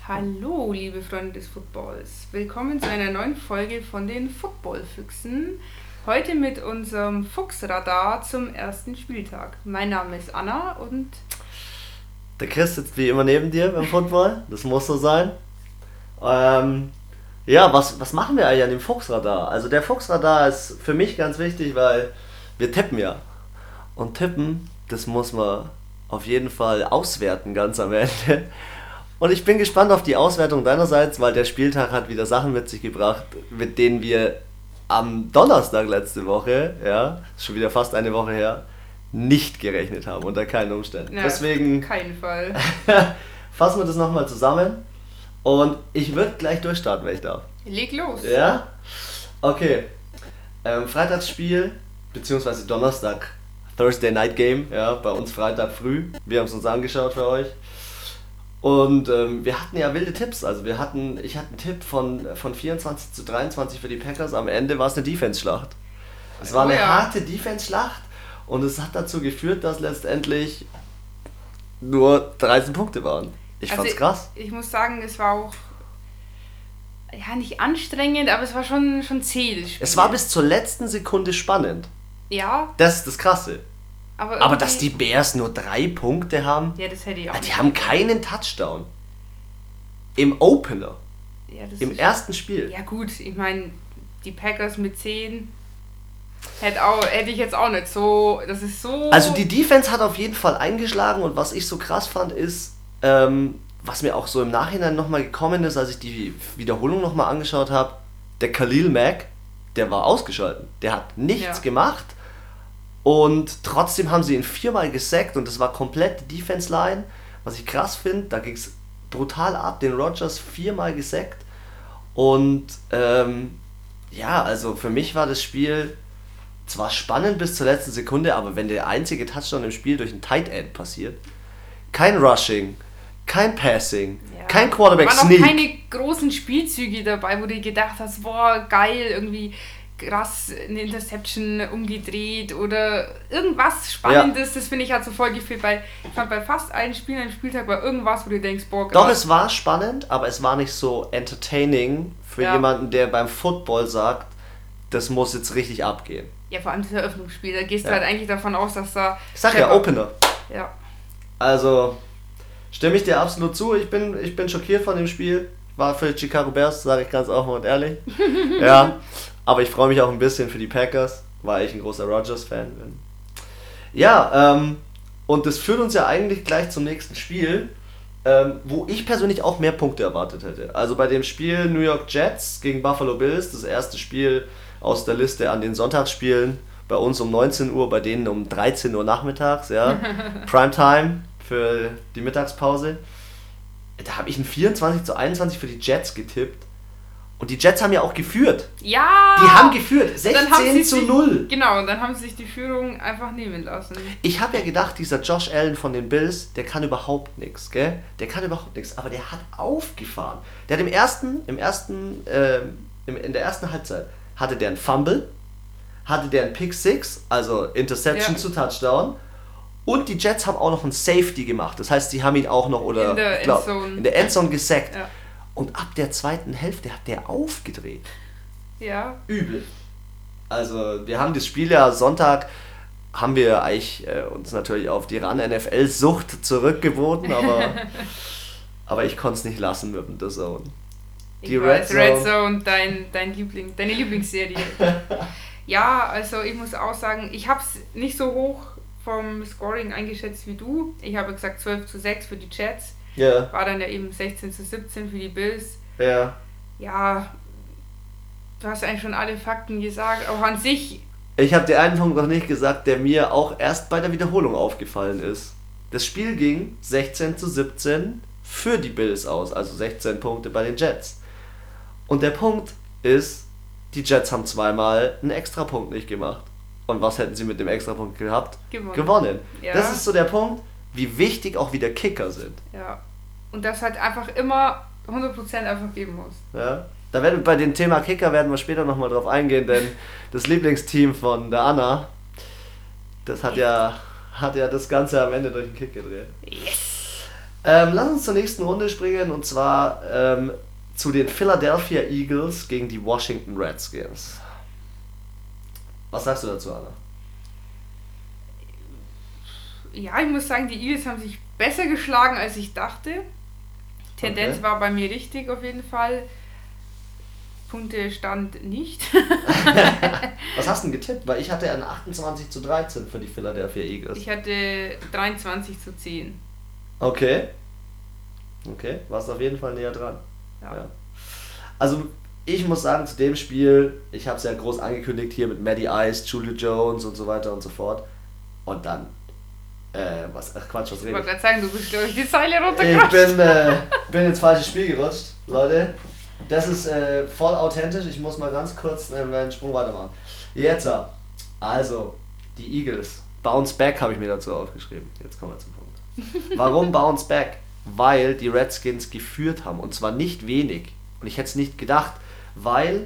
Hallo, liebe Freunde des Footballs. Willkommen zu einer neuen Folge von den Footballfüchsen. Heute mit unserem Fuchsradar zum ersten Spieltag. Mein Name ist Anna und der Chris sitzt wie immer neben dir beim Football. Das muss so sein. Was machen wir eigentlich an dem Fuchsradar? Also der Fuchsradar ist für mich ganz wichtig, weil wir tippen ja. Und tippen, das muss man auf jeden Fall auswerten ganz am Ende. Und ich bin gespannt auf die Auswertung deinerseits, weil der Spieltag hat wieder Sachen mit sich gebracht, mit denen wir am Donnerstag letzte Woche, ja, ist schon wieder fast eine Woche her, nicht gerechnet haben, unter keinen Umständen. ja, Deswegen auf keinen Fall. fassen wir das nochmal zusammen und ich würde gleich durchstarten, wenn ich darf. Leg los. Ja? Okay. Freitagsspiel, beziehungsweise Donnerstag, Thursday Night Game, ja, bei uns Freitag früh. Wir haben es uns angeschaut für euch. Und wir hatten ja wilde Tipps. Also ich hatte einen Tipp von 24-23 für die Packers. Am Ende war es eine Defense-Schlacht. Es war eine harte Defense-Schlacht und es hat dazu geführt, dass letztendlich nur 13 Punkte waren. Ich fand's krass. Ich muss sagen, es war auch nicht anstrengend, aber es war schon zäh, das Spiel. Es war bis zur letzten Sekunde spannend. Ja. Das ist das Krasse. Aber dass die Bears nur 3 Punkte haben? Ja, das hätte ich auch Die haben keinen Touchdown. Im Opener. Ja, Im ersten Spiel. Ja gut, ich meine, die Packers mit 10 hätte ich jetzt auch nicht so... Das ist so... Also die Defense hat auf jeden Fall eingeschlagen und was ich so krass fand ist, was mir auch so im Nachhinein nochmal gekommen ist, als ich die Wiederholung nochmal angeschaut habe, der Khalil Mack, der war ausgeschaltet. Der hat nichts gemacht. Und trotzdem haben sie ihn 4-mal gesackt und das war komplett die Defense-Line. Was ich krass finde, da ging es brutal ab, den Rodgers 4-mal gesackt. Und also für mich war das Spiel zwar spannend bis zur letzten Sekunde, aber wenn der einzige Touchdown im Spiel durch ein Tight End passiert, kein Rushing, kein Passing, kein Quarterback-Sneak. Es waren auch keine großen Spielzüge dabei, wo du gedacht hast, boah, geil, irgendwie... krass eine Interception umgedreht oder irgendwas Spannendes, das finde ich hat so voll gefehlt, weil ich fand bei fast allen Spielen am Spieltag war irgendwas, wo du denkst, boah, krass. Doch, es war spannend, aber es war nicht so entertaining für jemanden, der beim Football sagt, das muss jetzt richtig abgehen. Ja, vor allem das Eröffnungsspiel, da gehst du halt eigentlich davon aus, dass da... Ich sag ja, Opener. Ja. Also, stimme ich dir absolut zu, ich bin schockiert von dem Spiel, war für die Chicago Bears, sage ich ganz offen und ehrlich. Ja. Aber ich freue mich auch ein bisschen für die Packers, weil ich ein großer Rodgers-Fan bin. Ja, und das führt uns ja eigentlich gleich zum nächsten Spiel, wo ich persönlich auch mehr Punkte erwartet hätte. Also bei dem Spiel New York Jets gegen Buffalo Bills, das erste Spiel aus der Liste an den Sonntagsspielen, bei uns um 19 Uhr, bei denen um 13 Uhr nachmittags, ja, Primetime für die Mittagspause. Da habe ich ein 24-21 für die Jets getippt. Und die Jets haben ja auch geführt. Ja! Die haben geführt. 16-0. Genau, und dann haben sie sich die Führung einfach nehmen lassen. Ich habe ja gedacht, dieser Josh Allen von den Bills, der kann überhaupt nichts, gell? Der kann überhaupt nichts. Aber der hat aufgefahren. Der hat in der ersten Halbzeit hatte der einen Fumble, hatte der einen Pick 6, also Interception zu Touchdown. Und die Jets haben auch noch einen Safety gemacht. Das heißt, die haben ihn auch noch in der Endzone gesackt. Ja. Und ab der zweiten Hälfte hat der aufgedreht. Ja. Übel. Also wir haben das Spiel ja Sonntag, haben wir eigentlich uns natürlich auf die Run-NFL-Sucht zurückgewoten, aber ich konnte es nicht lassen mit dem The Zone. Red Zone, deine Lieblingsserie. Ja, also ich muss auch sagen, ich habe es nicht so hoch vom Scoring eingeschätzt wie du. Ich habe gesagt 12-6 für die Jets. Ja. War dann ja eben 16-17 für die Bills. Ja. Ja, du hast eigentlich schon alle Fakten gesagt, auch an sich. Ich habe dir einen Punkt noch nicht gesagt, der mir auch erst bei der Wiederholung aufgefallen ist. Das Spiel ging 16-17 für die Bills aus, also 16 Punkte bei den Jets. Und der Punkt ist, die Jets haben zweimal einen Extrapunkt nicht gemacht. Und was hätten sie mit dem Extrapunkt gehabt? Gewonnen. Ja. Das ist so der Punkt, wie wichtig auch wieder Kicker sind. Ja. Und das halt einfach immer 100% einfach geben muss. Ja. Bei dem Thema Kicker werden wir später nochmal drauf eingehen, denn das Lieblingsteam von der Anna, das hat ja das Ganze am Ende durch den Kick gedreht. Yes! Lass uns zur nächsten Runde springen und zwar zu den Philadelphia Eagles gegen die Washington Redskins. Was sagst du dazu, Anna? Ja, ich muss sagen, die Eagles haben sich besser geschlagen, als ich dachte. Tendenz war bei mir richtig auf jeden Fall. Punktestand nicht. Was hast du denn getippt? Weil ich hatte ein 28:13 für die Philadelphia Eagles. Ich hatte 23:10. Okay, warst auf jeden Fall näher dran. Ja. Also ich muss sagen, zu dem Spiel, ich habe es ja groß angekündigt hier mit Matty Ice, Julio Jones und so weiter und so fort. Und dann, was rede ich? Ich wollte gerade sagen, du bist durch die Seile runtergerutscht. Ich bin ins falsche Spiel gerutscht, Leute. Das ist voll authentisch, ich muss mal ganz kurz einen Sprung weitermachen. Jetzt, also, die Eagles. Bounce Back habe ich mir dazu aufgeschrieben. Jetzt kommen wir zum Punkt. Warum Bounce Back? Weil die Redskins geführt haben und zwar nicht wenig. Und ich hätte es nicht gedacht, weil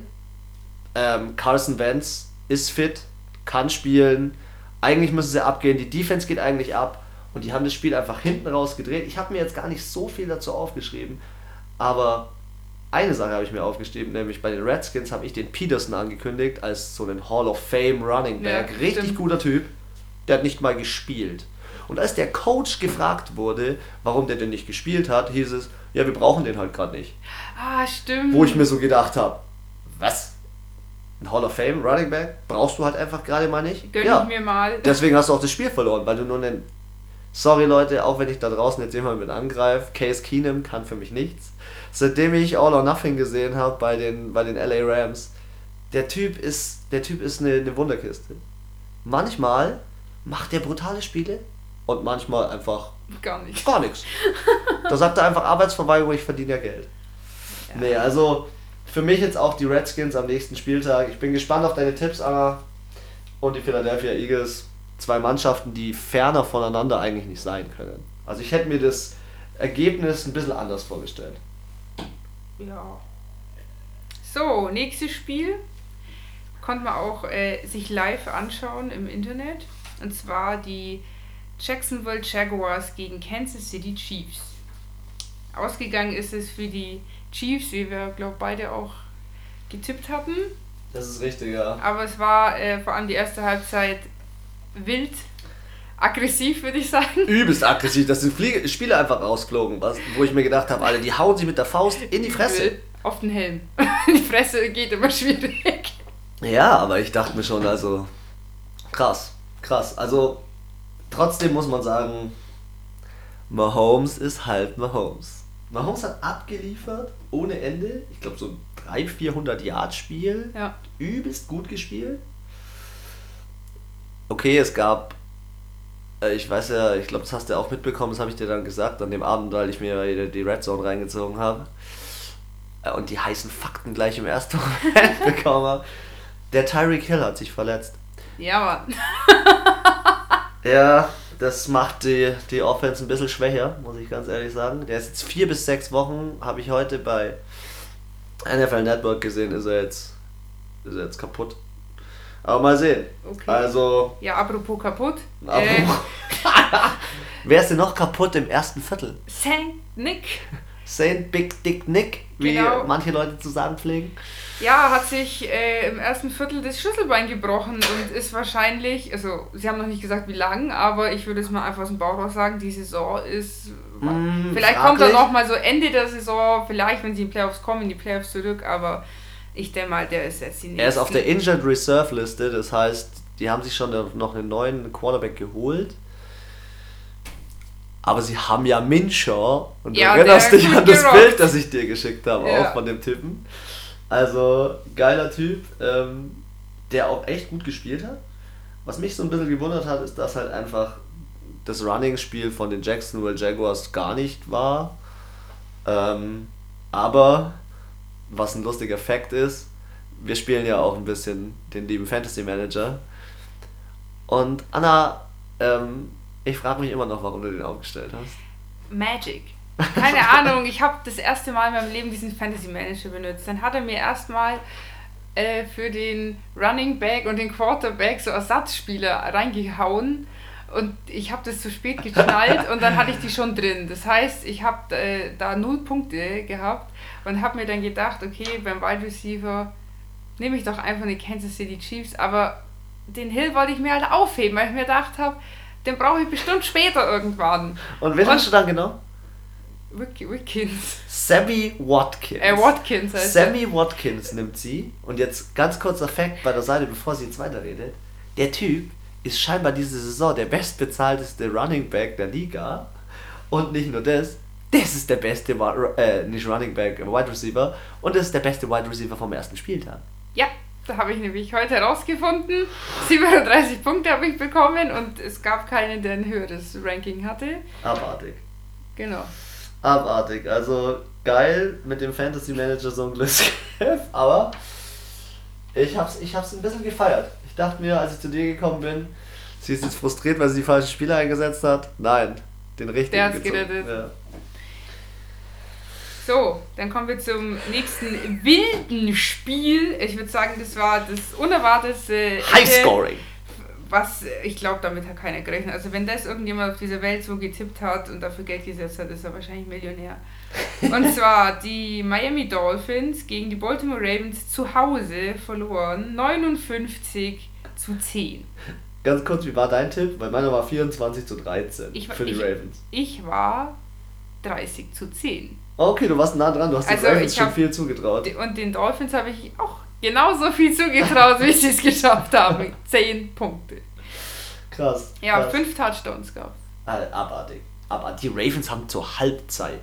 Carson Wentz ist fit, kann spielen, eigentlich müssen sie abgehen, die Defense geht eigentlich ab und die haben das Spiel einfach hinten raus gedreht. Ich habe mir jetzt gar nicht so viel dazu aufgeschrieben, aber eine Sache habe ich mir aufgeschrieben, nämlich bei den Redskins habe ich den Peterson angekündigt als so einen Hall of Fame Running Back. Ja, richtig guter Typ, der hat nicht mal gespielt. Und als der Coach gefragt wurde, warum der denn nicht gespielt hat, hieß es, ja, wir brauchen den halt gerade nicht. Ah, stimmt. Wo ich mir so gedacht habe, was? Ein Hall of Fame Running Back brauchst du halt einfach gerade mal nicht? Gönn ich mir mal. Deswegen hast du auch das Spiel verloren, weil du nur einen... Sorry Leute, auch wenn ich da draußen jetzt jemanden mit angreife, Case Keenum kann für mich nichts. Seitdem ich All or Nothing gesehen habe bei den LA Rams, der Typ ist eine Wunderkiste. Manchmal macht er brutale Spiele und manchmal einfach gar nichts. Da sagt er einfach Arbeitsverweigerung, ich verdiene ja Geld. Ja. Nee, also für mich jetzt auch die Redskins am nächsten Spieltag. Ich bin gespannt auf deine Tipps, Anna. Und die Philadelphia Eagles. Zwei Mannschaften, die ferner voneinander eigentlich nicht sein können. Also ich hätte mir das Ergebnis ein bisschen anders vorgestellt. Ja. So, nächstes Spiel. Konnte man auch sich live anschauen im Internet. Und zwar die Jacksonville Jaguars gegen Kansas City Chiefs. Ausgegangen ist es für die Chiefs, wie wir, glaube ich, beide auch getippt hatten. Das ist richtig, ja. Aber es war vor allem die erste Halbzeit wild, aggressiv, würde ich sagen. Übelst aggressiv, dass die Spieler einfach rausflogen, wo ich mir gedacht habe, Alter, die hauen sich mit der Faust in die Fresse. Auf den Helm. Die Fresse geht immer schwierig. Ja, aber ich dachte mir schon, also krass. Also trotzdem muss man sagen, Mahomes ist halt Mahomes. Mahomes hat abgeliefert ohne Ende. Ich glaube so ein 300-400 Yard Spiel. Ja. Übelst gut gespielt. Okay, es gab, ich weiß ja, ich glaube, das hast du auch mitbekommen, das habe ich dir dann gesagt an dem Abend, weil ich mir die Red Zone reingezogen habe und die heißen Fakten gleich im ersten Moment bekommen habe. Der Tyreek Hill hat sich verletzt. Ja, Mann. Ja, das macht die Offense ein bisschen schwächer, muss ich ganz ehrlich sagen. Der ist jetzt 4 bis 6 Wochen, habe ich heute bei NFL Network gesehen, ist er jetzt kaputt. Aber mal sehen. Okay. Also. Ja, apropos kaputt. Wer ist denn noch kaputt im ersten Viertel? Saint Big Dick Nick, wie manche Leute zu sagen pflegen. Ja, hat sich im ersten Viertel das Schlüsselbein gebrochen und ist wahrscheinlich, also sie haben noch nicht gesagt wie lang, aber ich würde es mal einfach aus dem Bauch raus sagen, die Saison ist, vielleicht kommt er noch mal so Ende der Saison, vielleicht wenn sie in die Playoffs kommen, in die Playoffs zurück, aber ich denke mal, der ist jetzt die nächste. Er ist auf der Injured Reserve Liste, das heißt, die haben sich schon noch einen neuen Quarterback geholt. Aber sie haben ja Minshew und du erinnerst dich an das Bild, das ich dir geschickt habe, auch von dem Typen. Also, geiler Typ, der auch echt gut gespielt hat. Was mich so ein bisschen gewundert hat, ist, dass halt einfach das Running-Spiel von den Jacksonville Jaguars gar nicht war. Aber, was ein lustiger Fact ist, wir spielen ja auch ein bisschen den lieben Fantasy Manager. Und Anna, ich frage mich immer noch, warum du den aufgestellt hast. Magic. Keine Ahnung, ich habe das erste Mal in meinem Leben diesen Fantasy Manager benutzt. Dann hat er mir erstmal für den Running Back und den Quarterback so Ersatzspieler reingehauen. Und ich habe das zu spät geschnallt und dann hatte ich die schon drin. Das heißt, ich habe da 0 Punkte gehabt und habe mir dann gedacht, okay, beim Wide Receiver nehme ich doch einfach die Kansas City Chiefs, aber den Hill wollte ich mir halt aufheben, weil ich mir gedacht habe, den brauche ich bestimmt später irgendwann. Und wen hast du dann genau? Witkins. Sammy Watkins. Watkins heißt Sammy Watkins nimmt sie. Und jetzt ganz kurzer Fact bei der Seite, bevor sie jetzt weiterredet. Der Typ ist scheinbar diese Saison der bestbezahlteste Running Back der Liga. Und nicht nur das ist der beste, nicht Running Back, Wide Receiver. Und das ist der beste Wide Receiver vom ersten Spieltag. Ja, da habe ich nämlich heute herausgefunden. 37 Punkte habe ich bekommen und es gab keinen, der ein höheres Ranking hatte. Abartig. Genau. Abartig. Also geil mit dem Fantasy Manager so ein Glücksgriff. Aber ich hab's ein bisschen gefeiert. Ich dachte mir, als ich zu dir gekommen bin, sie ist jetzt frustriert, weil sie die falschen Spieler eingesetzt hat. Nein, den richtigen. Der hat's gerettet. Ja. So, dann kommen wir zum nächsten wilden Spiel. Ich würde sagen, das war das unerwartetste. Highscoring. Was, ich glaube, damit hat keiner gerechnet. Also wenn das irgendjemand auf dieser Welt so getippt hat und dafür Geld gesetzt hat, ist er wahrscheinlich Millionär. Und zwar die Miami Dolphins gegen die Baltimore Ravens zu Hause verloren. 59-10. Ganz kurz, wie war dein Tipp? Weil meiner war 24-13 für die Ravens. Ich war 30-10. Okay, du warst nah dran, du hast den Ravens schon viel zugetraut. Und den Dolphins habe ich auch genauso viel zugetraut, wie sie es geschafft haben. 10 Punkte. Krass. Ja, krass. 5 Touchdowns gab. Abartig. Aber die Ravens haben zur Halbzeit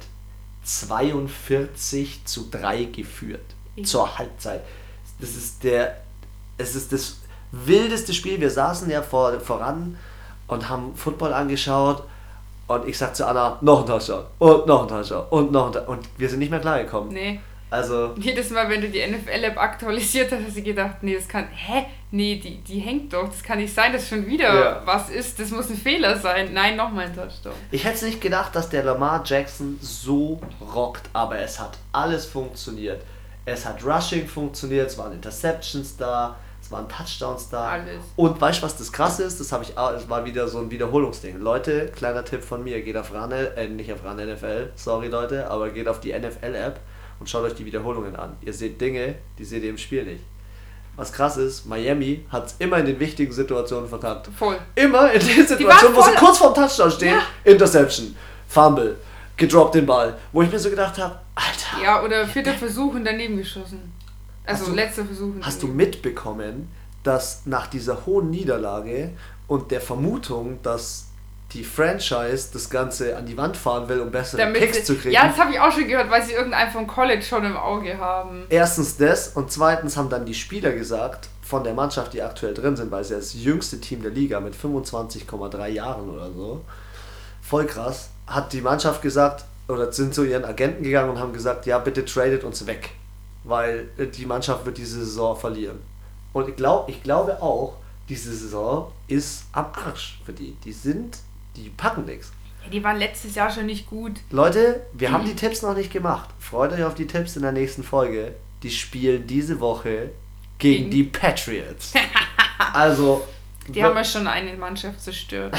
42-3 geführt. Ja. Zur Halbzeit. Es ist das wildeste Spiel. Wir saßen ja voran und haben Football angeschaut. Und ich sag zu Anna, noch ein Touchdown und noch ein Touchdown und noch ein Touchdown. Und wir sind nicht mehr klargekommen. Nee. Also jedes Mal, wenn du die NFL-App aktualisiert hast, hast du gedacht, nee, das kann, die hängt doch, das kann nicht sein, dass schon wieder was ist, das muss ein Fehler sein. Nein, nochmal ein Touchdown. Ich hätte nicht gedacht, dass der Lamar Jackson so rockt, aber es hat alles funktioniert. Es hat Rushing funktioniert, es waren Interceptions da, es waren Touchdowns da. Alles. Und weißt du, was das Krasse ist? Das war wieder so ein Wiederholungsding. Leute, kleiner Tipp von mir, geht auf nicht auf RAN NFL, sorry Leute, aber geht auf die NFL-App und schaut euch die Wiederholungen an. Ihr seht Dinge, die seht ihr im Spiel nicht. Was krass ist, Miami hat es immer in den wichtigen Situationen verkackt. Voll. Immer in den Situationen, wo sie kurz vorm Touchdown stehen, Interception, Fumble, gedroppt den Ball. Wo ich mir so gedacht habe, Alter. Ja, oder 4. Versuch und daneben geschossen. Also letzter Versuch. Hast du mitbekommen, dass nach dieser hohen Niederlage und der Vermutung, dass die Franchise das Ganze an die Wand fahren will, um bessere Picks zu kriegen? Ja, das habe ich auch schon gehört, weil sie irgendeinen vom College schon im Auge haben. Erstens das und zweitens haben dann die Spieler gesagt, von der Mannschaft, die aktuell drin sind, weil sie das jüngste Team der Liga mit 25,3 Jahren oder so, voll krass, hat die Mannschaft gesagt, oder sind zu ihren Agenten gegangen und haben gesagt, ja, bitte tradet uns weg, weil die Mannschaft wird diese Saison verlieren. Und ich glaube auch, diese Saison ist am Arsch für die. Die packen nichts. Ja, die waren letztes Jahr schon nicht gut. Leute, wir haben die Tipps noch nicht gemacht. Freut euch auf die Tipps in der nächsten Folge. Die spielen diese Woche gegen die Patriots. Also... Die haben ja schon eine Mannschaft zerstört.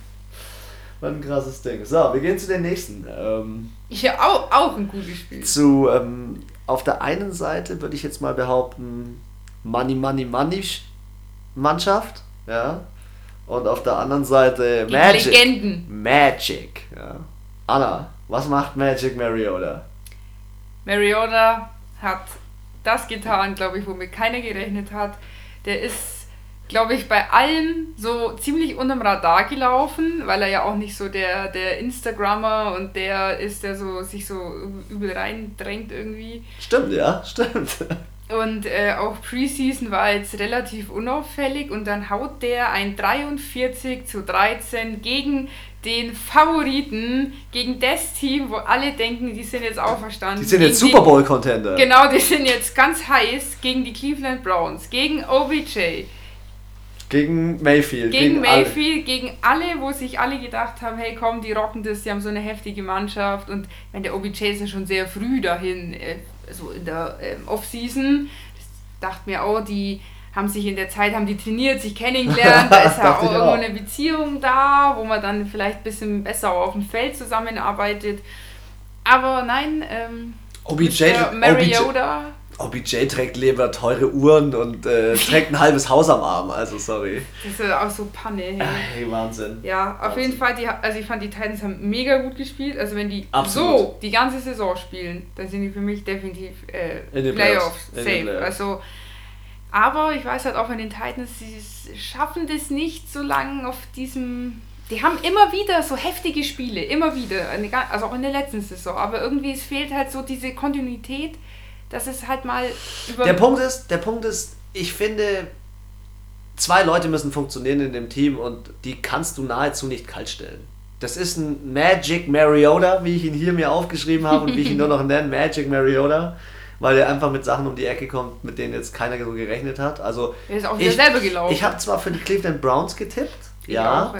Was ein krasses Ding. So, wir gehen zu den nächsten. Ja, auch ein gutes Spiel. Auf der einen Seite würde ich jetzt mal behaupten, Money Mannschaft, ja. Und auf der anderen Seite die Magic. Legenden. Magic, ja. Anna, was macht Magic Mariota? Mariota hat das getan, glaube ich, womit keiner gerechnet hat. Der ist, glaube ich, bei allen so ziemlich unterm Radar gelaufen, weil er ja auch nicht so der Instagrammer und der ist, der so sich so übel reindrängt irgendwie. Stimmt, ja, stimmt. Und auch Preseason war jetzt relativ unauffällig und dann haut der ein 43-13 gegen den Favoriten, gegen das Team, wo alle denken, die sind jetzt auferstanden. Die sind jetzt Super Bowl Contender. Genau, die sind jetzt ganz heiß gegen die Cleveland Browns, gegen OBJ. Gegen Mayfield. Gegen Mayfield, gegen alle, wo sich alle gedacht haben, hey komm, die rocken das, die haben so eine heftige Mannschaft. Und wenn der OBJ ist ja schon sehr früh dahin, so in der Offseason, das dachte mir auch, die haben sich in der Zeit, haben die trainiert, sich kennengelernt, da ist ja auch irgendwo eine Beziehung da, wo man dann vielleicht ein bisschen besser auch auf dem Feld zusammenarbeitet. Aber nein, Mariota... OBJ trägt lieber teure Uhren und trägt ein halbes Haus am Arm, also sorry. Das ist auch so Panne. Hey, Wahnsinn. Ja, auf Wahnsinn. jeden Fall, ich fand die Titans haben mega gut gespielt. Also wenn die Absolut. so die ganze Saison spielen, dann sind die für mich definitiv in den Playoffs safe. Playoffs. Also, aber ich weiß halt auch von den Titans, sie schaffen das nicht so lange auf diesem... Die haben immer wieder so heftige Spiele, immer wieder, also auch in der letzten Saison. Aber irgendwie, es fehlt halt so diese Kontinuität, dass es halt mal über... Der Punkt ist, ich finde, 2 Leute müssen funktionieren in dem Team und die kannst du nahezu nicht kaltstellen. Das ist ein Magic Mariota, wie ich ihn hier mir aufgeschrieben habe und wie ich ihn nur noch nenne, Magic Mariota, weil er einfach mit Sachen um die Ecke kommt, mit denen jetzt keiner so gerechnet hat. Also er ist auch wieder selber gelaufen. Ich habe zwar für die Cleveland Browns getippt, ja.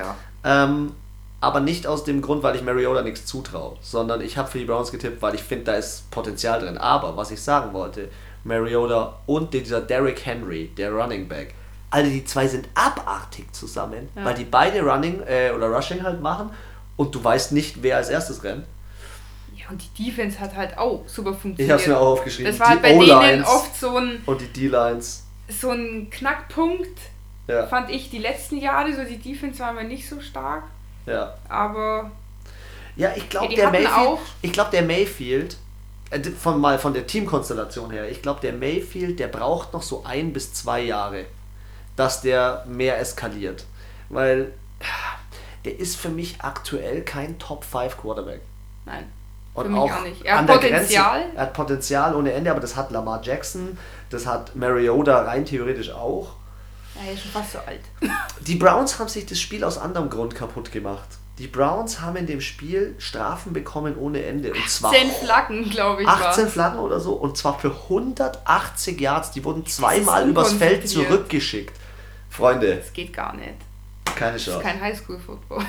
Aber nicht aus dem Grund, weil ich Mariota nichts zutraue, sondern ich habe für die Browns getippt, weil ich finde, da ist Potenzial drin. Aber was ich sagen wollte, Mariota und dieser Derrick Henry, der Running Back, alle die 2 sind abartig zusammen, weil die beide Running oder Rushing halt machen und du weißt nicht, wer als erstes rennt. Ja, und die Defense hat halt auch super funktioniert. Ich habe es mir auch aufgeschrieben. Das war halt bei denen oft so ein... Und die D-Lines. So ein Knackpunkt, fand ich die letzten Jahre, so die Defense war mir nicht so stark. Ja. Aber... Ja, ich glaube, der Mayfield, von der Teamkonstellation her, ich glaube, der Mayfield, der braucht noch so 1 bis 2 Jahre, dass der mehr eskaliert. Weil der ist für mich aktuell kein Top-5 Quarterback. Nein, und für mich auch nicht. Er hat Potenzial. Er hat Potenzial ohne Ende, aber das hat Lamar Jackson, das hat Mariota rein theoretisch auch. Er ist schon fast so alt. Die Browns haben sich das Spiel aus anderem Grund kaputt gemacht. Die Browns haben in dem Spiel Strafen bekommen ohne Ende. Und 18 Flaggen, glaube ich. 18 Flaggen oder so. Und zwar für 180 Yards. Die wurden 2-mal übers Feld zurückgeschickt. Freunde. Das geht gar nicht. Keine Chance. Das ist kein Highschool-Football.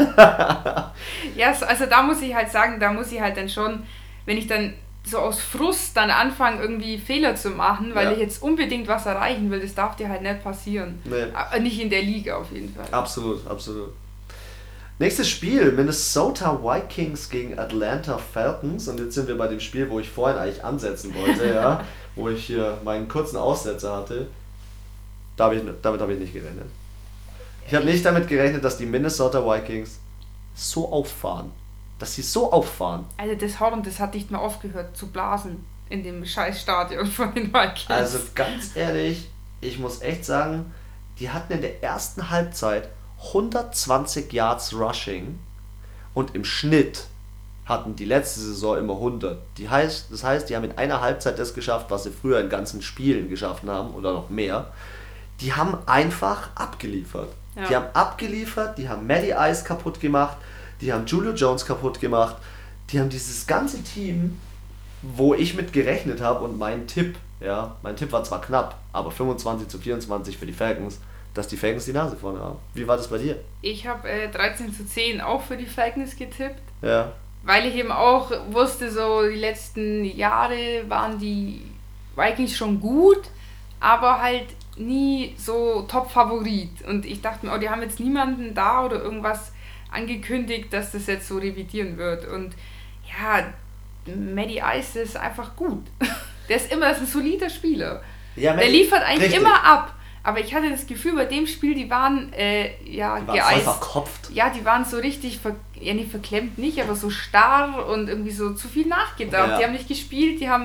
Ja, also da muss ich halt sagen, da muss ich halt dann schon, wenn ich dann so aus Frust dann anfangen, irgendwie Fehler zu machen, weil ich jetzt unbedingt was erreichen will, das darf dir halt nicht passieren. Nee. Nicht in der Liga auf jeden Fall. Absolut, absolut. Nächstes Spiel, Minnesota Vikings gegen Atlanta Falcons. Und jetzt sind wir bei dem Spiel, wo ich vorhin eigentlich ansetzen wollte, wo ich hier meinen kurzen Aussetzer hatte. Damit habe ich nicht gerechnet. Ich habe nicht damit gerechnet, dass die Minnesota Vikings so auffahren. Dass sie so auffahren. Also das Horn, das hat nicht mehr aufgehört zu blasen in dem Scheißstadion von den Vikings. Also ganz ehrlich, ich muss echt sagen, die hatten in der ersten Halbzeit 120 Yards Rushing und im Schnitt hatten die letzte Saison immer 100. Das heißt, die haben in einer Halbzeit das geschafft, was sie früher in ganzen Spielen geschaffen haben oder noch mehr. Die haben einfach abgeliefert. Ja. Die haben abgeliefert, die haben Matty Ice kaputt gemacht, die haben Julio Jones kaputt gemacht, die haben dieses ganze Team, wo ich mit gerechnet habe und mein Tipp war zwar knapp, aber 25-24 für die Falcons, dass die Falcons die Nase vorne haben. Wie war das bei dir? Ich habe 13-10 auch für die Falcons getippt. Ja. Weil ich eben auch wusste, so die letzten Jahre waren die Vikings schon gut, aber halt nie so Top-Favorit. Und ich dachte mir, die haben jetzt niemanden da oder irgendwas angekündigt, dass das jetzt so revidieren wird. Und ja, Matty Ice ist einfach gut. Das ist ein solider Spieler. Ja, der liefert eigentlich immer ab. Aber ich hatte das Gefühl, bei dem Spiel, die waren geeist. Verkopft. Ja, die waren so richtig, verklemmt nicht, aber so starr und irgendwie so zu viel nachgedacht. Ja. Die haben nicht gespielt, sind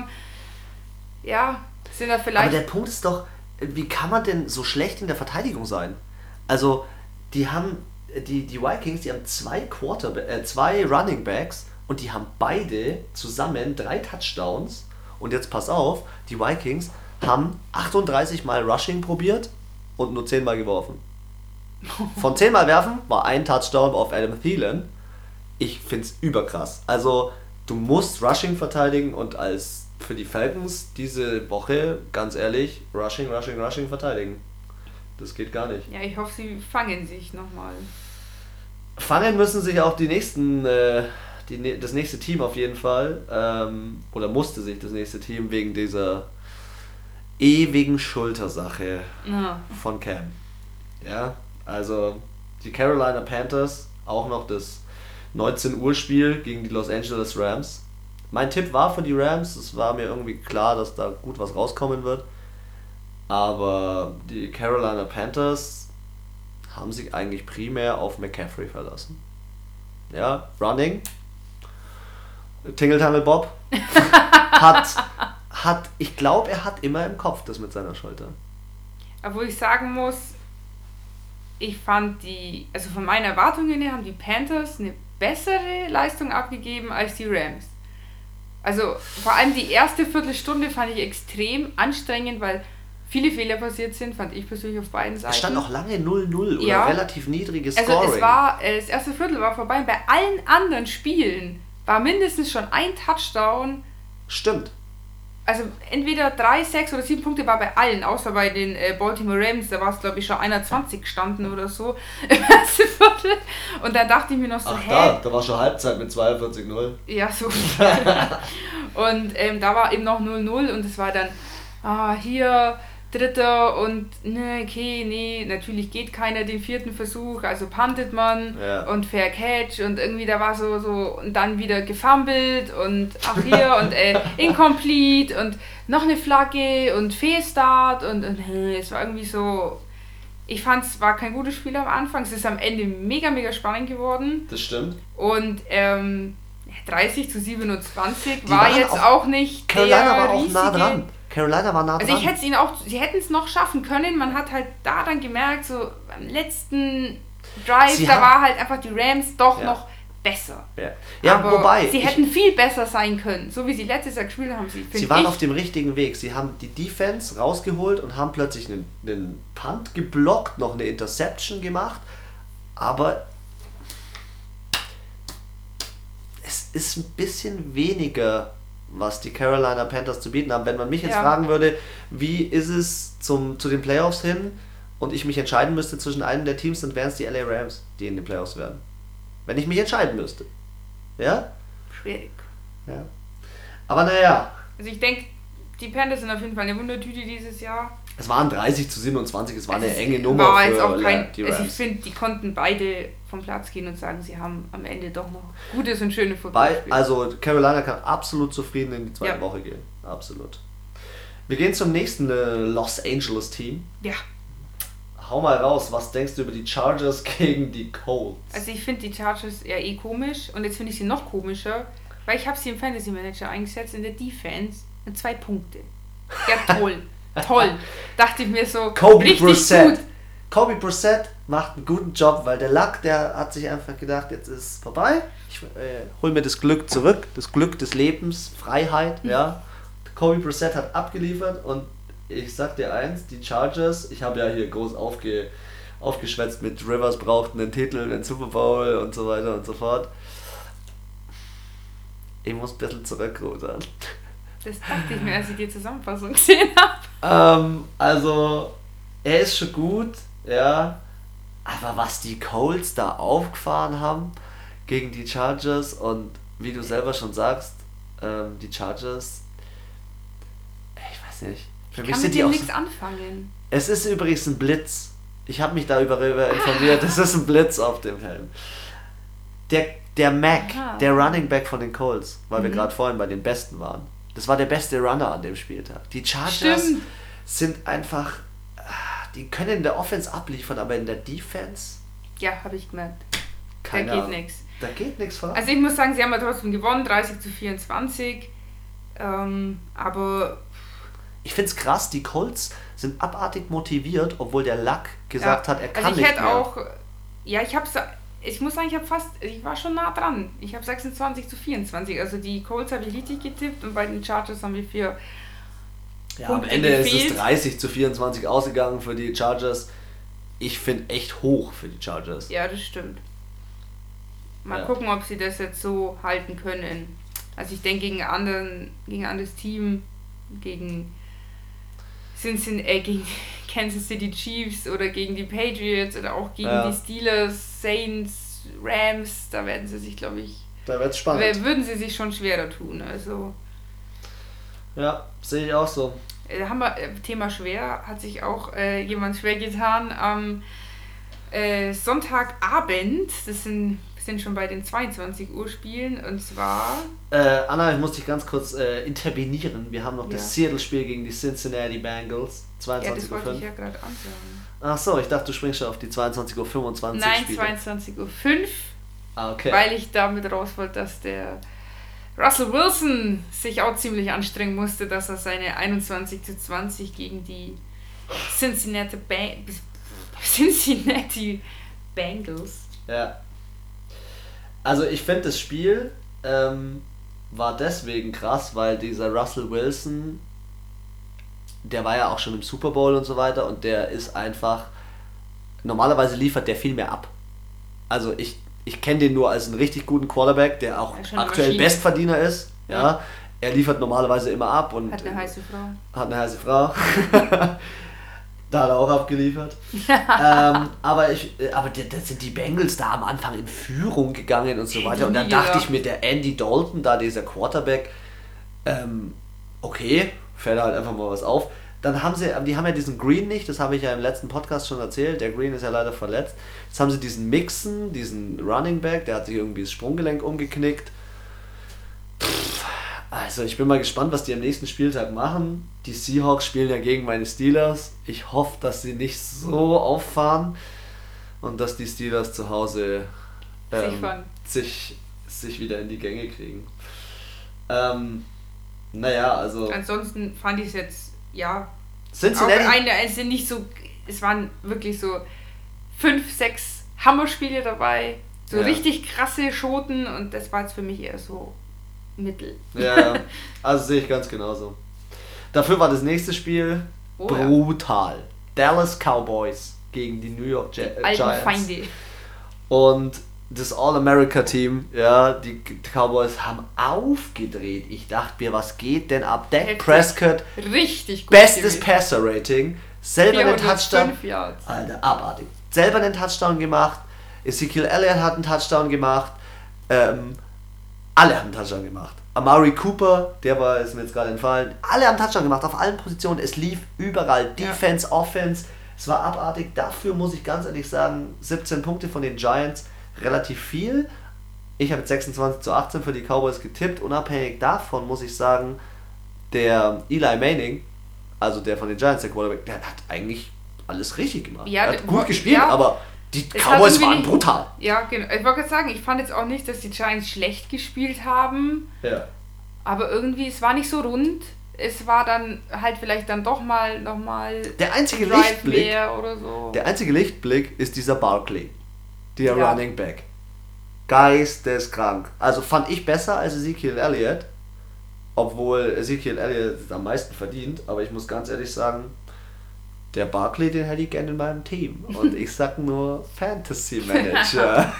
da vielleicht... Aber der Punkt ist doch, wie kann man denn so schlecht in der Verteidigung sein? Also, die Vikings, die haben zwei Running Backs und die haben beide zusammen 3 Touchdowns. Und jetzt pass auf, die Vikings haben 38 Mal Rushing probiert und nur 10 Mal geworfen. Von 10 Mal werfen war ein Touchdown auf Adam Thielen. Ich find's überkrass. Also, du musst Rushing verteidigen und für die Falcons diese Woche, ganz ehrlich, Rushing verteidigen. Das geht gar nicht. Ja, ich hoffe, sie fangen sich nochmal. Fangen müssen sich auch das nächste Team auf jeden Fall. Oder musste sich das nächste Team wegen dieser ewigen Schultersache Ja. von Cam. Ja, also die Carolina Panthers, auch noch das 19 Uhr Spiel gegen die Los Angeles Rams. Mein Tipp war für die Rams, es war mir irgendwie klar, dass da gut was rauskommen wird. Aber die Carolina Panthers haben sich eigentlich primär auf McCaffrey verlassen. Ja, Running. Tingle Bob ich glaube, er hat immer im Kopf das mit seiner Schulter. Obwohl ich sagen muss, ich fand also von meinen Erwartungen her haben die Panthers eine bessere Leistung abgegeben als die Rams. Also vor allem die erste Viertelstunde fand ich extrem anstrengend, weil viele Fehler passiert sind, fand ich persönlich auf beiden Seiten. Es stand auch lange 0-0 oder relativ niedriges Scoring. Also das erste Viertel war vorbei. Bei allen anderen Spielen war mindestens schon ein Touchdown. Stimmt. Also entweder 3, 6 oder 7 Punkte war bei allen, außer bei den Baltimore Ravens, da war es glaube ich schon 21 gestanden oder so im ersten Viertel. Und da dachte ich mir noch so, da war schon Halbzeit mit 42-0. Ja, so. Und da war eben noch 0-0 und es war dann, hier, Dritter und natürlich geht keiner den vierten Versuch, also puntet man und Fair Catch und irgendwie da war so und dann wieder gefummelt und hier und incomplete und noch eine Flagge und Fehlstart und es war irgendwie so, ich fand es war kein gutes Spiel am Anfang, es ist am Ende mega, mega spannend geworden. Das stimmt. Und 30-27 war jetzt auch nicht Carolina war auch nah dran. Carolina war nah dran. Also sie hätten es noch schaffen können. Man hat halt da dann gemerkt, so beim letzten Drive, war halt einfach die Rams doch noch besser. Ja, aber wobei... Sie hätten viel besser sein können. So wie sie letztes Jahr gespielt haben. Sie waren auf dem richtigen Weg. Sie haben die Defense rausgeholt und haben plötzlich einen Punt geblockt, noch eine Interception gemacht. Aber es ist ein bisschen weniger, was die Carolina Panthers zu bieten haben. Wenn man mich jetzt fragen würde, wie ist es zu den Playoffs hin und ich mich entscheiden müsste zwischen einem der Teams, dann wären es die LA Rams, die in den Playoffs wären. Wenn ich mich entscheiden müsste. Ja? Schwierig. Ja. Aber naja. Also ich denke, die Panthers sind auf jeden Fall eine Wundertüte dieses Jahr. Es waren 30-27, es war eine enge Nummer für die Rams. Also ich finde, die konnten beide vom Platz gehen und sagen, sie haben am Ende doch noch gutes und schönes Football gespielt. Also Carolina kann absolut zufrieden in die zweite Woche gehen. Absolut. Wir gehen zum nächsten Los Angeles Team. Ja. Hau mal raus, was denkst du über die Chargers gegen die Colts? Also ich finde die Chargers ja komisch und jetzt finde ich sie noch komischer, weil ich habe sie im Fantasy Manager eingesetzt in der Defense mit 2 Punkte. Ja, toll. Toll. Dachte ich mir so, richtig gut. Kobe Brissett macht einen guten Job, weil der Luck, der hat sich einfach gedacht, jetzt ist es vorbei. Ich hol mir das Glück zurück, das Glück des Lebens, Freiheit, ja. Kobe Brissett hat abgeliefert und ich sag dir eins, die Chargers, ich habe ja hier groß aufgeschwätzt mit Rivers braucht einen Titel, einen Super Bowl und so weiter und so fort. Ich muss ein bisschen zurückrudern. Das dachte ich mir, als ich die Zusammenfassung gesehen habe. Also, er ist schon gut, ja. Aber was die Colts da aufgefahren haben gegen die Chargers und wie du selber schon sagst, die Chargers, ich weiß nicht. Für mich sind die auch nichts anfangen. Es ist übrigens ein Blitz. Ich habe mich darüber informiert. Es ist ein Blitz auf dem Helm. Der Mac, der Running Back von den Colts, weil wir gerade vorhin bei den Besten waren. Das war der beste Runner an dem Spieltag. Die Chargers sind einfach, die können in der Offense abliefern, aber in der Defense... Ja, habe ich gemerkt. Da geht nichts. Da geht nichts voran. Also ich muss sagen, sie haben ja trotzdem gewonnen, 30-24. Aber... Ich finde es krass, die Colts sind abartig motiviert, obwohl der Luck gesagt hat, er kann nicht mehr. Also ich hätte auch... Ja, ich muss sagen, ich war schon nah dran. Ich habe 26-24. Also die Colts habe ich richtig getippt und bei den Chargers haben wir 4 Punkte am Ende gefehlt. Ist es 30-24 ausgegangen für die Chargers. Ich finde echt hoch für die Chargers. Ja, das stimmt. Mal gucken, ob sie das jetzt so halten können. Also ich denke gegen ein anderes Team, gegen Kansas City Chiefs oder gegen die Patriots oder auch gegen die Steelers, Saints, Rams, da werden sie sich, glaube ich, da wird's spannend. Würden sie sich schon schwerer tun. Also ja, sehe ich auch so. haben wir Thema schwer, hat sich auch jemand schwer getan am Sonntagabend, wir sind schon bei den 22 Uhr Spielen, und zwar... Anna, ich muss dich ganz kurz intervenieren. Wir haben noch das Seattle-Spiel gegen die Cincinnati Bengals, 22:05 Uhr. Ja, das wollte ich ja gerade ansagen. Ach so, ich dachte, du springst schon auf die 22:25 Uhr. Nein, Spiele. 22:05 Uhr. Okay. Weil ich damit raus wollte, dass der Russell Wilson sich auch ziemlich anstrengen musste, dass er seine 21:20 gegen die Cincinnati Bengals. Ja. Also ich finde, das Spiel war deswegen krass, weil dieser Russell Wilson, der war ja auch schon im Super Bowl und so weiter, und der ist einfach, normalerweise liefert der viel mehr ab. Also ich kenne den nur als einen richtig guten Quarterback, der auch aktuell Bestverdiener ist. Ja. Er liefert normalerweise immer ab und hat eine heiße Frau. Da hat er auch abgeliefert. aber da sind die Bengals da am Anfang in Führung gegangen und so weiter. Und dann dachte ich mir, der Andy Dalton, da dieser Quarterback, okay, fällt halt einfach mal was auf. Dann die haben ja diesen Green nicht, das habe ich ja im letzten Podcast schon erzählt. Der Green ist ja leider verletzt. Jetzt haben sie diesen Mixon, diesen Running Back, der hat sich irgendwie das Sprunggelenk umgeknickt. Also ich bin mal gespannt, was die am nächsten Spieltag machen. Die Seahawks spielen ja gegen meine Steelers. Ich hoffe, dass sie nicht so auffahren und dass die Steelers zu Hause sich wieder in die Gänge kriegen. Naja, also... Ansonsten fand ich es jetzt, ja... Cincinnati? Nicht so... Es waren wirklich so 5, 6 Hammerspiele dabei. So richtig krasse Schoten, und das war jetzt für mich eher so... Mittel. Ja, also sehe ich ganz genauso. Dafür war das nächste Spiel brutal. Dallas Cowboys gegen die New York Giants. Feinde. Und das All-America-Team, ja, die Cowboys haben aufgedreht. Ich dachte mir, was geht denn ab? Dak Prescott, richtig gut, bestes Passer-Rating, selber einen Touchdown. Yards. Alter, abartig. Selber einen Touchdown gemacht. Ezekiel Elliott hat einen Touchdown gemacht. Alle haben einen Touchdown gemacht. Amari Cooper, ist mir jetzt gerade entfallen. Alle haben Touchdown gemacht, auf allen Positionen. Es lief überall. Defense, Offense. Es war abartig. Dafür muss ich ganz ehrlich sagen, 17 Punkte von den Giants, relativ viel. Ich habe 26:18 für die Cowboys getippt. Unabhängig davon muss ich sagen, der Eli Manning, also der von den Giants, der Quarterback, der hat eigentlich alles richtig gemacht. Ja, er hat gut gespielt, aber die Cowboys waren brutal. Ja, genau. Ich wollte gerade sagen, ich fand jetzt auch nicht, dass die Giants schlecht gespielt haben. Ja. Aber irgendwie, es war nicht so rund. Es war dann halt vielleicht dann doch mal nochmal der einzige Lichtblick mehr oder so. Der einzige Lichtblick ist dieser Barkley. Der Running Back. Geisteskrank. Also fand ich besser als Ezekiel Elliott. Obwohl Ezekiel Elliott am meisten verdient. Aber ich muss ganz ehrlich sagen, der Barkley, den hätte ich gerne in meinem Team. Und ich sag nur Fantasy Manager.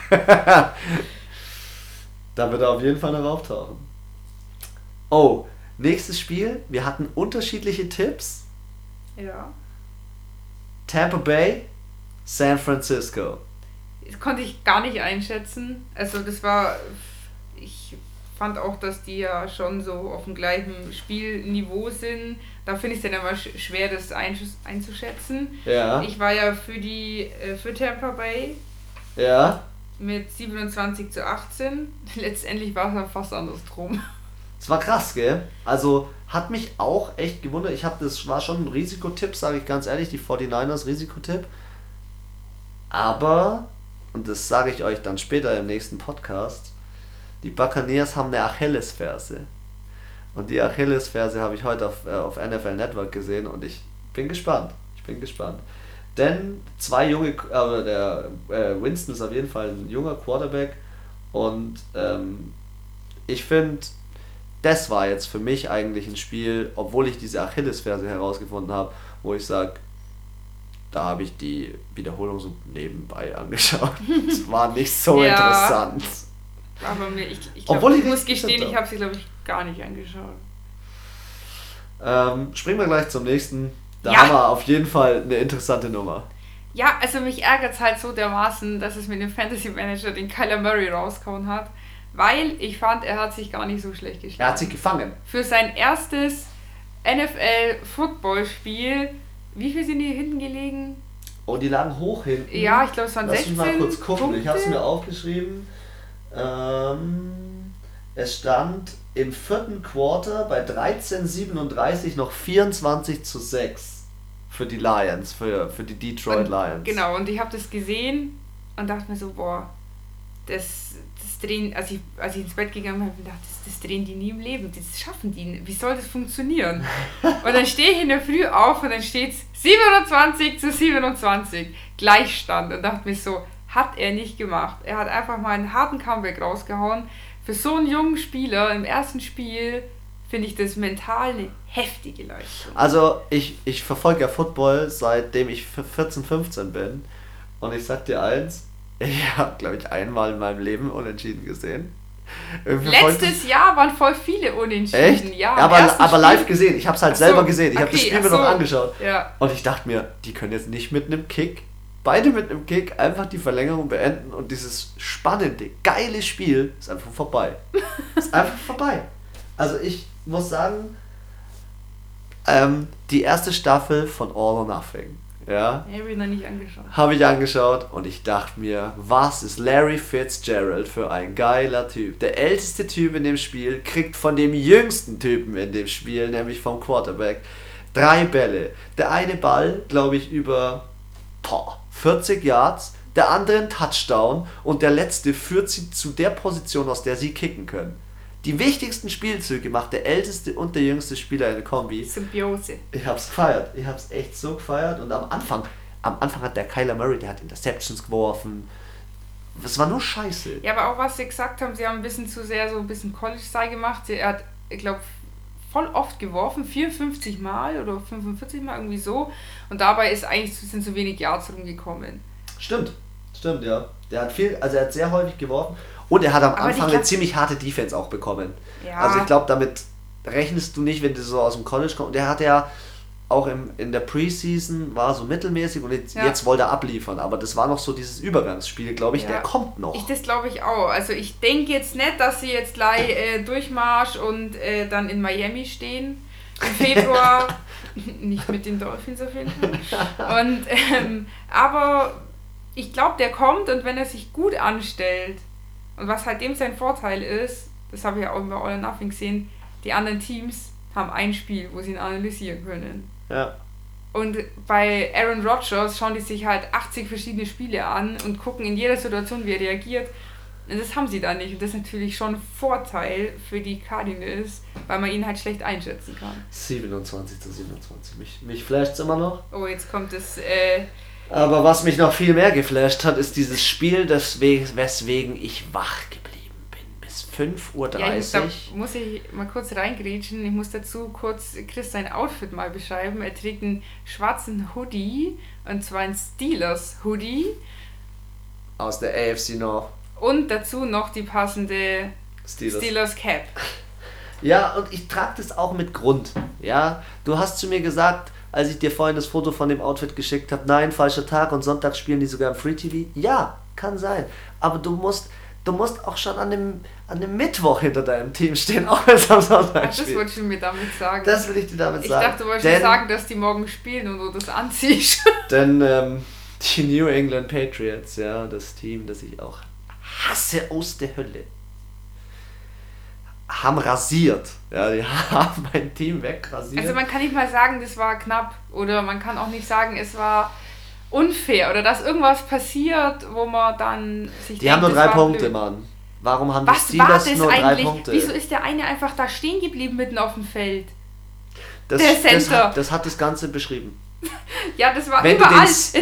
Da wird er auf jeden Fall noch auftauchen. Oh, nächstes Spiel. Wir hatten unterschiedliche Tipps. Ja. Tampa Bay, San Francisco. Das konnte ich gar nicht einschätzen. Also das war... Ich fand auch, dass die ja schon so auf dem gleichen Spielniveau sind. Da finde ich es dann immer schwer, das einzuschätzen. Ja. Ich war ja für Tampa Bay. Ja. Mit 27:18. Letztendlich war es dann fast andersrum. Es war krass, gell? Also hat mich auch echt gewundert. Das war schon ein Risikotipp, sage ich ganz ehrlich, die 49ers Risikotipp. Aber, und das sage ich euch dann später im nächsten Podcast, die Buccaneers haben eine Achillesferse. Und die Achillesferse habe ich heute auf NFL Network gesehen und ich bin gespannt. Denn der Winston ist auf jeden Fall ein junger Quarterback und ich finde, das war jetzt für mich eigentlich ein Spiel, obwohl ich diese Achillesferse herausgefunden habe, wo ich sage, da habe ich die Wiederholung so nebenbei angeschaut. Es war nicht so interessant. Aber ich muss gestehen, ich habe sie, glaube ich, gar nicht angeschaut. Springen wir gleich zum nächsten. Da haben wir auf jeden Fall eine interessante Nummer. Ja, also mich ärgert es halt so dermaßen, dass es mit dem Fantasy Manager den Kyler Murray rausgehauen hat, weil ich fand, er hat sich gar nicht so schlecht geschlagen. Er hat sich gefangen. Für sein erstes NFL-Football-Spiel. Wie viel sind die hinten gelegen? Oh, die lagen hoch hinten. Ja, ich glaube, es waren Lass 16 mich mal kurz gucken. Punkte. Ich habe es mir aufgeschrieben. Es stand im 4. Quarter bei 13:37 noch 24:6 für die Lions, für die Detroit Lions. Genau, und ich habe das gesehen und dachte mir so, boah, das drehen, als ich ins Bett gegangen bin, habe ich gedacht, das drehen die nie im Leben, das schaffen die nicht. Wie soll das funktionieren? Und dann stehe ich in der Früh auf und dann steht es 27:27, Gleichstand, und dachte mir so, hat er nicht gemacht. Er hat einfach mal einen harten Comeback rausgehauen. Für so einen jungen Spieler im ersten Spiel finde ich das mental eine heftige Leistung. Also ich verfolge ja Football, seitdem ich 14, 15 bin. Und ich sag dir eins, ich habe, glaube ich, einmal in meinem Leben Unentschieden gesehen. Letztes Jahr waren voll viele Unentschieden. Echt? Ja, aber live gesehen. Ich habe es halt selber gesehen. Ich habe das Spiel mir noch angeschaut. Ja. Und ich dachte mir, die können jetzt nicht mit einem Kick, beide mit einem Kick, einfach die Verlängerung beenden. Und dieses spannende, geile Spiel ist einfach vorbei. Ist einfach vorbei. Also ich muss sagen, die erste Staffel von All or Nothing, ja, habe ich noch nicht angeschaut. Habe ich angeschaut und ich dachte mir, was ist Larry Fitzgerald für ein geiler Typ. Der älteste Typ in dem Spiel kriegt von dem jüngsten Typen in dem Spiel, nämlich vom Quarterback, 3 Bälle. Der eine Ball, glaube ich, über 40 Yards, der andere ein Touchdown und der letzte führt sie zu der Position, aus der sie kicken können. Die wichtigsten Spielzüge macht der älteste und der jüngste Spieler in der Kombi. Symbiose. Ich hab's gefeiert. Ich hab's echt so gefeiert. Und am Anfang hat der Kyler Murray, der hat Interceptions geworfen. Das war nur Scheiße. Ja, aber auch was sie gesagt haben, sie haben ein bisschen zu sehr so ein bisschen College-Style gemacht. Er hat, ich glaube, voll oft geworfen, 54 Mal oder 45 Mal, irgendwie so. Und dabei sind so wenig Yards rumgekommen. Stimmt, ja. Der hat er hat sehr häufig geworfen. Und er hat am Anfang eine ziemlich harte Defense auch bekommen. Ja. Also ich glaube, damit rechnest du nicht, wenn du so aus dem College kommst. Und der hat ja auch in der Preseason war so mittelmäßig und jetzt wollte er abliefern. Aber das war noch so dieses Übergangsspiel, glaube ich, der kommt noch. Das glaube ich auch. Also ich denke jetzt nicht, dass sie jetzt gleich Durchmarsch und dann in Miami stehen im Februar. Nicht mit den Dolphins auf jeden Fall. Und, aber ich glaube, der kommt, und wenn er sich gut anstellt, und was halt dem sein Vorteil ist, das habe ich ja auch bei All or Nothing gesehen, die anderen Teams haben ein Spiel, wo sie ihn analysieren können. Ja. Und bei Aaron Rodgers schauen die sich halt 80 verschiedene Spiele an und gucken in jeder Situation, wie er reagiert. Und das haben sie da nicht. Und das ist natürlich schon ein Vorteil für die Cardinals, weil man ihn halt schlecht einschätzen kann. 27:27. Mich flasht's immer noch. Oh, jetzt kommt das... Aber was mich noch viel mehr geflasht hat, ist dieses Spiel, weswegen ich wach geblieben bin. Bis 5:30 Uhr. Ja, ich glaub, muss ich mal kurz reingrätschen. Ich muss dazu kurz Chris sein Outfit mal beschreiben. Er trägt einen schwarzen Hoodie, und zwar einen Steelers Hoodie. Aus der AFC North. Und dazu noch die passende Steelers Cap. Ja, und ich trage das auch mit Grund. Ja, du hast zu mir gesagt, als ich dir vorhin das Foto von dem Outfit geschickt habe, nein, falscher Tag, und Sonntag spielen die sogar im Free TV. Ja, kann sein. Aber du musst auch schon an dem Mittwoch hinter deinem Team stehen, auch wenn es am Sonntag spielt. Das wolltest du mir damit sagen. Das will ich dir damit sagen. Ich dachte, du wolltest sagen, dass die morgen spielen und du das anziehst. Denn die New England Patriots, ja, das Team, das ich auch hasse aus der Hölle, haben rasiert. Ja, die haben mein Team wegrasiert. Also man kann nicht mal sagen, das war knapp. Oder man kann auch nicht sagen, es war unfair. Oder dass irgendwas passiert, wo man dann sich Die haben nur 3 Punkte, Mann. Warum haben die Steelers nur 3 Punkte? Wieso ist der eine einfach da stehen geblieben mitten auf dem Feld? Der Center. Das hat das Ganze beschrieben. Ja, das war überall in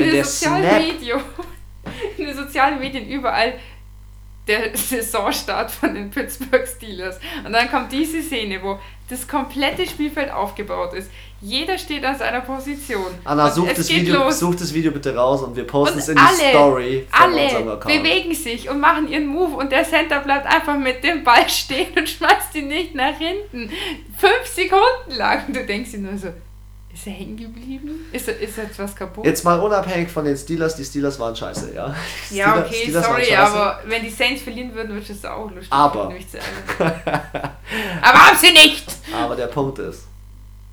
den sozialen Medien überall der Saisonstart von den Pittsburgh Steelers. Und dann kommt diese Szene, wo das komplette Spielfeld aufgebaut ist. Jeder steht an seiner Position. Anna, such das Video bitte raus und wir posten es in die Story von unserem Account. Alle bewegen sich und machen ihren Move, und der Center bleibt einfach mit dem Ball stehen und schmeißt ihn nicht nach hinten. 5 Sekunden lang. Und du denkst dir nur so, ist er hängen geblieben? Ist jetzt was kaputt? Jetzt mal unabhängig von den Steelers, die Steelers waren scheiße, ja? Ja, okay, Steelers sorry, aber wenn die Saints verlieren würden, würde es auch lustig. Aber haben sie nicht! Aber der Punkt ist,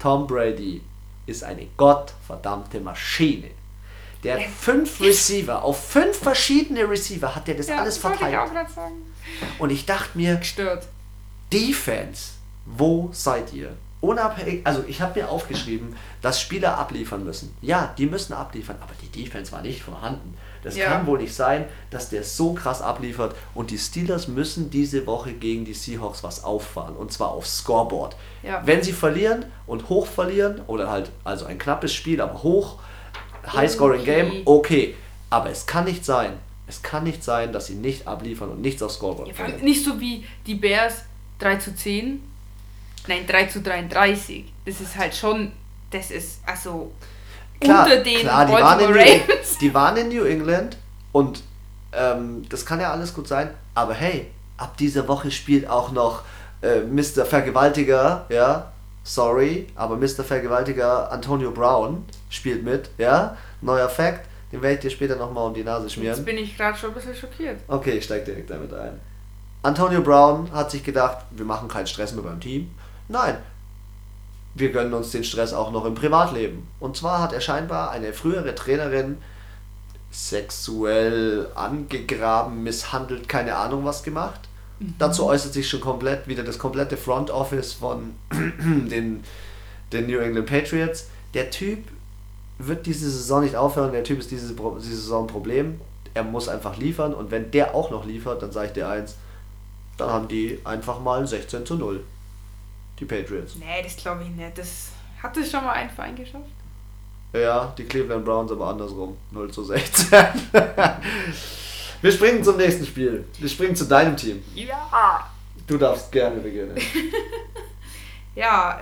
Tom Brady ist eine gottverdammte Maschine. Der 5 Receiver, auf 5 verschiedene Receiver hat der das alles verteilt. Ich auch gerade sagen. Und ich dachte mir, gestört. Defense, wo seid ihr? Unabhängig, also ich habe mir aufgeschrieben, dass Spieler abliefern müssen. Ja, die müssen abliefern, aber die Defense war nicht vorhanden. Das kann wohl nicht sein, dass der so krass abliefert und die Steelers müssen diese Woche gegen die Seahawks was auffahren und zwar aufs Scoreboard. Ja. Wenn sie verlieren und hoch verlieren oder halt also ein knappes Spiel, aber hoch, High-Scoring-Game, okay. Aber es kann nicht sein, dass sie nicht abliefern und nichts aufs Scoreboard bringen. Nicht so wie die Bears 3-10, nein 3-33. Das ist halt schon, das ist also unter den Baltimore Ravens. Die waren in New England und das kann ja alles gut sein, aber hey, ab dieser Woche spielt auch noch Mr. Vergewaltiger, ja, sorry, aber Mr. Vergewaltiger Antonio Brown spielt mit, ja, neuer Fact, den werde ich dir später nochmal um die Nase schmieren. Jetzt bin ich gerade schon ein bisschen schockiert. Okay, ich steige direkt damit ein. Antonio Brown hat sich gedacht, wir machen keinen Stress mehr beim Team. Nein, wir gönnen uns den Stress auch noch im Privatleben. Und zwar hat er scheinbar eine frühere Trainerin sexuell angegraben, misshandelt, keine Ahnung was gemacht. Dazu äußert sich schon komplett wieder das komplette Front Office von den New England Patriots. Der Typ wird diese Saison nicht aufhören, der Typ ist diese Saison ein Problem. Er muss einfach liefern und wenn der auch noch liefert, dann sage ich dir eins, dann haben die einfach mal 16-0. Die Patriots. Nee, das glaube ich nicht. Hat das schon mal ein Verein geschafft? Ja, die Cleveland Browns aber andersrum. 0-16. Wir springen zum nächsten Spiel. Wir springen zu deinem Team. Ja. Du darfst gerne beginnen. Ja,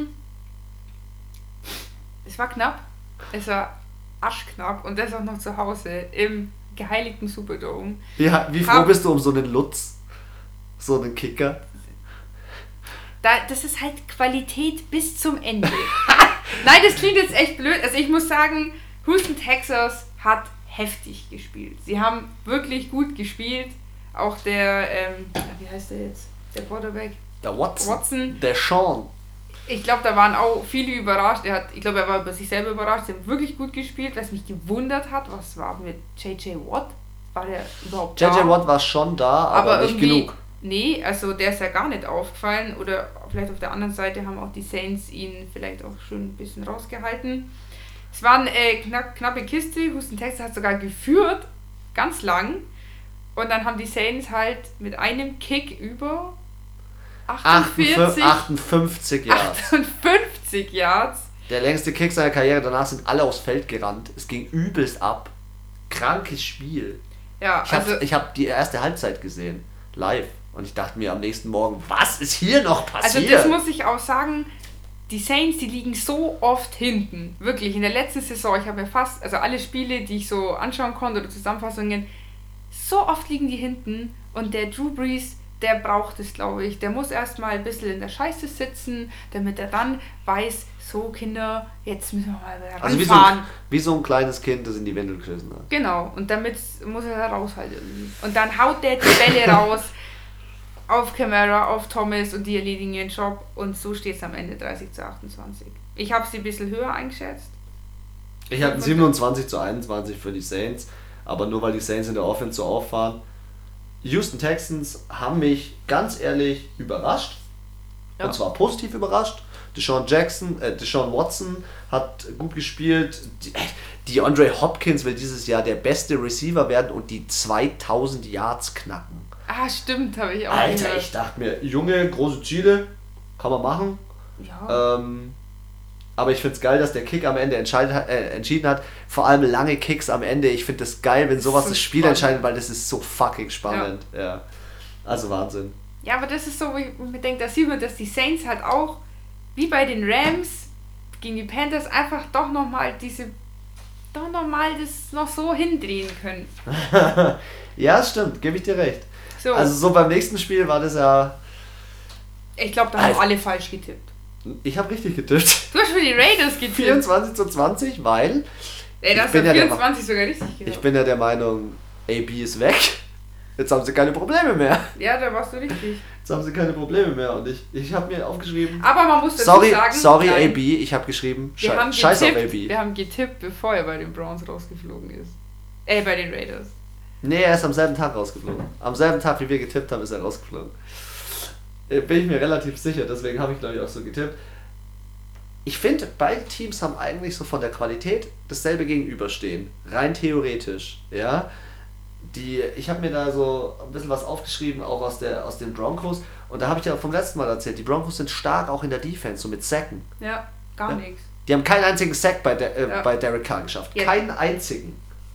es war knapp. Es war arschknapp und das auch noch zu Hause im geheiligten Superdome. Wie froh bist du um so einen Lutz? So einen Kicker? Das ist halt Qualität bis zum Ende. Nein, das klingt jetzt echt blöd. Also ich muss sagen, Houston Texans hat heftig gespielt. Sie haben wirklich gut gespielt. Auch der, wie heißt der jetzt? Der Quarterback? Der Watson. Der Sean. Ich glaube, da waren auch viele überrascht. Ich glaube, er war über sich selber überrascht. Sie haben wirklich gut gespielt. Was mich gewundert hat, was war mit J.J. Watt? War der überhaupt da? J.J. Watt war schon da, aber nicht genug. Nee, also der ist ja gar nicht aufgefallen. Oder vielleicht auf der anderen Seite haben auch die Saints ihn vielleicht auch schon ein bisschen rausgehalten. Es war eine knappe Kiste. Houston Texans hat sogar geführt, ganz lang. Und dann haben die Saints halt mit einem Kick über 58 Yards. 58 Yards. Der längste Kick seiner Karriere. Danach sind alle aufs Feld gerannt. Es ging übelst ab. Krankes Spiel. Ja, ich hab die erste Halbzeit gesehen. Live. Und ich dachte mir am nächsten Morgen, was ist hier noch passiert? Also das muss ich auch sagen, die Saints, die liegen so oft hinten. Wirklich, in der letzten Saison, ich habe ja fast, also alle Spiele, die ich so anschauen konnte oder Zusammenfassungen, so oft liegen die hinten und der Drew Brees, der braucht es, glaube ich. Der muss erstmal ein bisschen in der Scheiße sitzen, damit er dann weiß, so Kinder, jetzt müssen wir mal wieder ranfahren. Also wie so ein kleines Kind, das in die Windel geschissen hat. Genau, und damit muss er da raus halt irgendwie. Und dann haut der die Bälle raus auf Kamara, auf Thomas und die erledigen ihren Job und so steht es am Ende 30-28. Ich habe sie ein bisschen höher eingeschätzt. Ich habe 27-21 für die Saints, aber nur weil die Saints in der Offense so auffahren. Houston Texans haben mich ganz ehrlich überrascht. Ja. Und zwar positiv überrascht. Deshaun Watson hat gut gespielt. Die Andre Hopkins will dieses Jahr der beste Receiver werden und die 2000 Yards knacken. Ah, stimmt, habe ich auch Alter, gehört. Ich dachte mir, junge, große Ziele, kann man machen. Ja. Aber ich finde es geil, dass der Kick am Ende entschieden hat. Vor allem lange Kicks am Ende. Ich finde es geil, wenn sowas das Spiel entscheidet, weil das ist so fucking spannend. Ja. Also Wahnsinn. Ja, aber das ist so, wo ich mir denke, da sieht man, dass die Saints halt auch, wie bei den Rams gegen die Panthers, einfach doch nochmal das noch so hindrehen können. Ja, stimmt, gebe ich dir recht. So. Also so beim nächsten Spiel war das ja... Ich glaube, da haben alle falsch getippt. Ich habe richtig getippt. Du hast für die Raiders getippt. 24-20, weil... Das ist 24 sogar richtig getippt. Ich bin ja der Meinung, AB ist weg. Jetzt haben sie keine Probleme mehr. Ja, da warst du richtig. Jetzt haben sie keine Probleme mehr und ich habe mir aufgeschrieben... Aber man muss dazu sagen... Sorry, AB, ich habe geschrieben, scheiß auf AB. Wir haben getippt, bevor er bei den Browns rausgeflogen ist. Bei den Raiders. Nee, er ist am selben Tag rausgeflogen. Am selben Tag, wie wir getippt haben, ist er rausgeflogen. Bin ich mir relativ sicher, deswegen habe ich, glaube ich, auch so getippt. Ich finde, beide Teams haben eigentlich so von der Qualität dasselbe gegenüberstehen. Rein theoretisch, ja. Ich habe mir da so ein bisschen was aufgeschrieben, auch aus den Broncos. Und da habe ich ja vom letzten Mal erzählt, die Broncos sind stark auch in der Defense, so mit Sacken. Ja, gar nichts. Die haben keinen einzigen Sack bei Derek Carr geschafft. Ja. Keinen einzigen.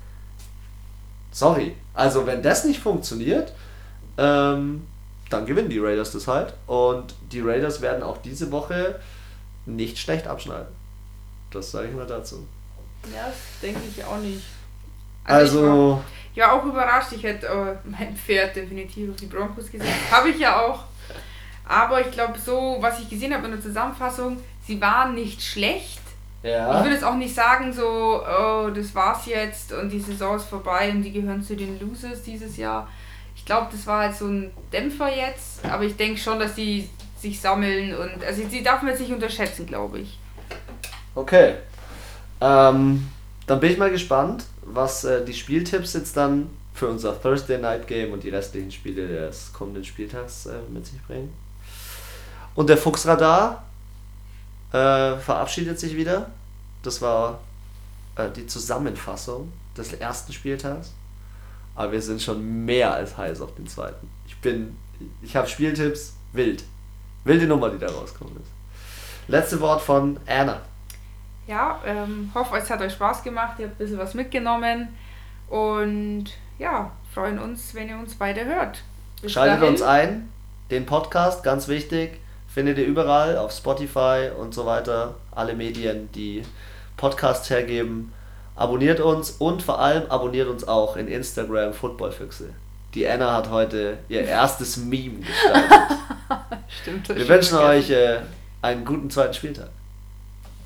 Sorry. Also wenn das nicht funktioniert, dann gewinnen die Raiders das halt. Und die Raiders werden auch diese Woche nicht schlecht abschneiden. Das sage ich mal dazu. Ja, das denke ich auch nicht. Also ich war auch überrascht. Ich hätte mein Pferd definitiv auf die Broncos gesetzt. Habe ich ja auch. Aber ich glaube so, was ich gesehen habe in der Zusammenfassung, sie waren nicht schlecht. Ja. Ich würde jetzt auch nicht sagen so, oh, das war's jetzt und die Saison ist vorbei und die gehören zu den Losers dieses Jahr. Ich glaube, das war halt so ein Dämpfer jetzt, aber ich denke schon, dass die sich sammeln und also die darf man jetzt nicht unterschätzen, glaube ich. Okay. Dann bin ich mal gespannt, was die Spieltipps jetzt dann für unser Thursday Night Game und die restlichen Spiele des kommenden Spieltags mit sich bringen. Und der Fuchsradar verabschiedet sich wieder. Das war die Zusammenfassung des ersten Spieltags. Aber wir sind schon mehr als heiß auf den zweiten. Ich habe Spieltipps wild. Wilde Nummer, die da rauskommt. Letzte Wort von Anna. Ja, hoffe, es hat euch Spaß gemacht. Ihr habt ein bisschen was mitgenommen. Und ja, freuen uns, wenn ihr uns beide hört. Schaltet uns ein. Den Podcast, ganz wichtig, findet ihr überall auf Spotify und so weiter. Alle Medien, die Podcasts hergeben. Abonniert uns und vor allem abonniert uns auch in Instagram Footballfüchse. Die Anna hat heute ihr erstes Meme gestaltet. Stimmt. Wir wünschen euch einen guten zweiten Spieltag.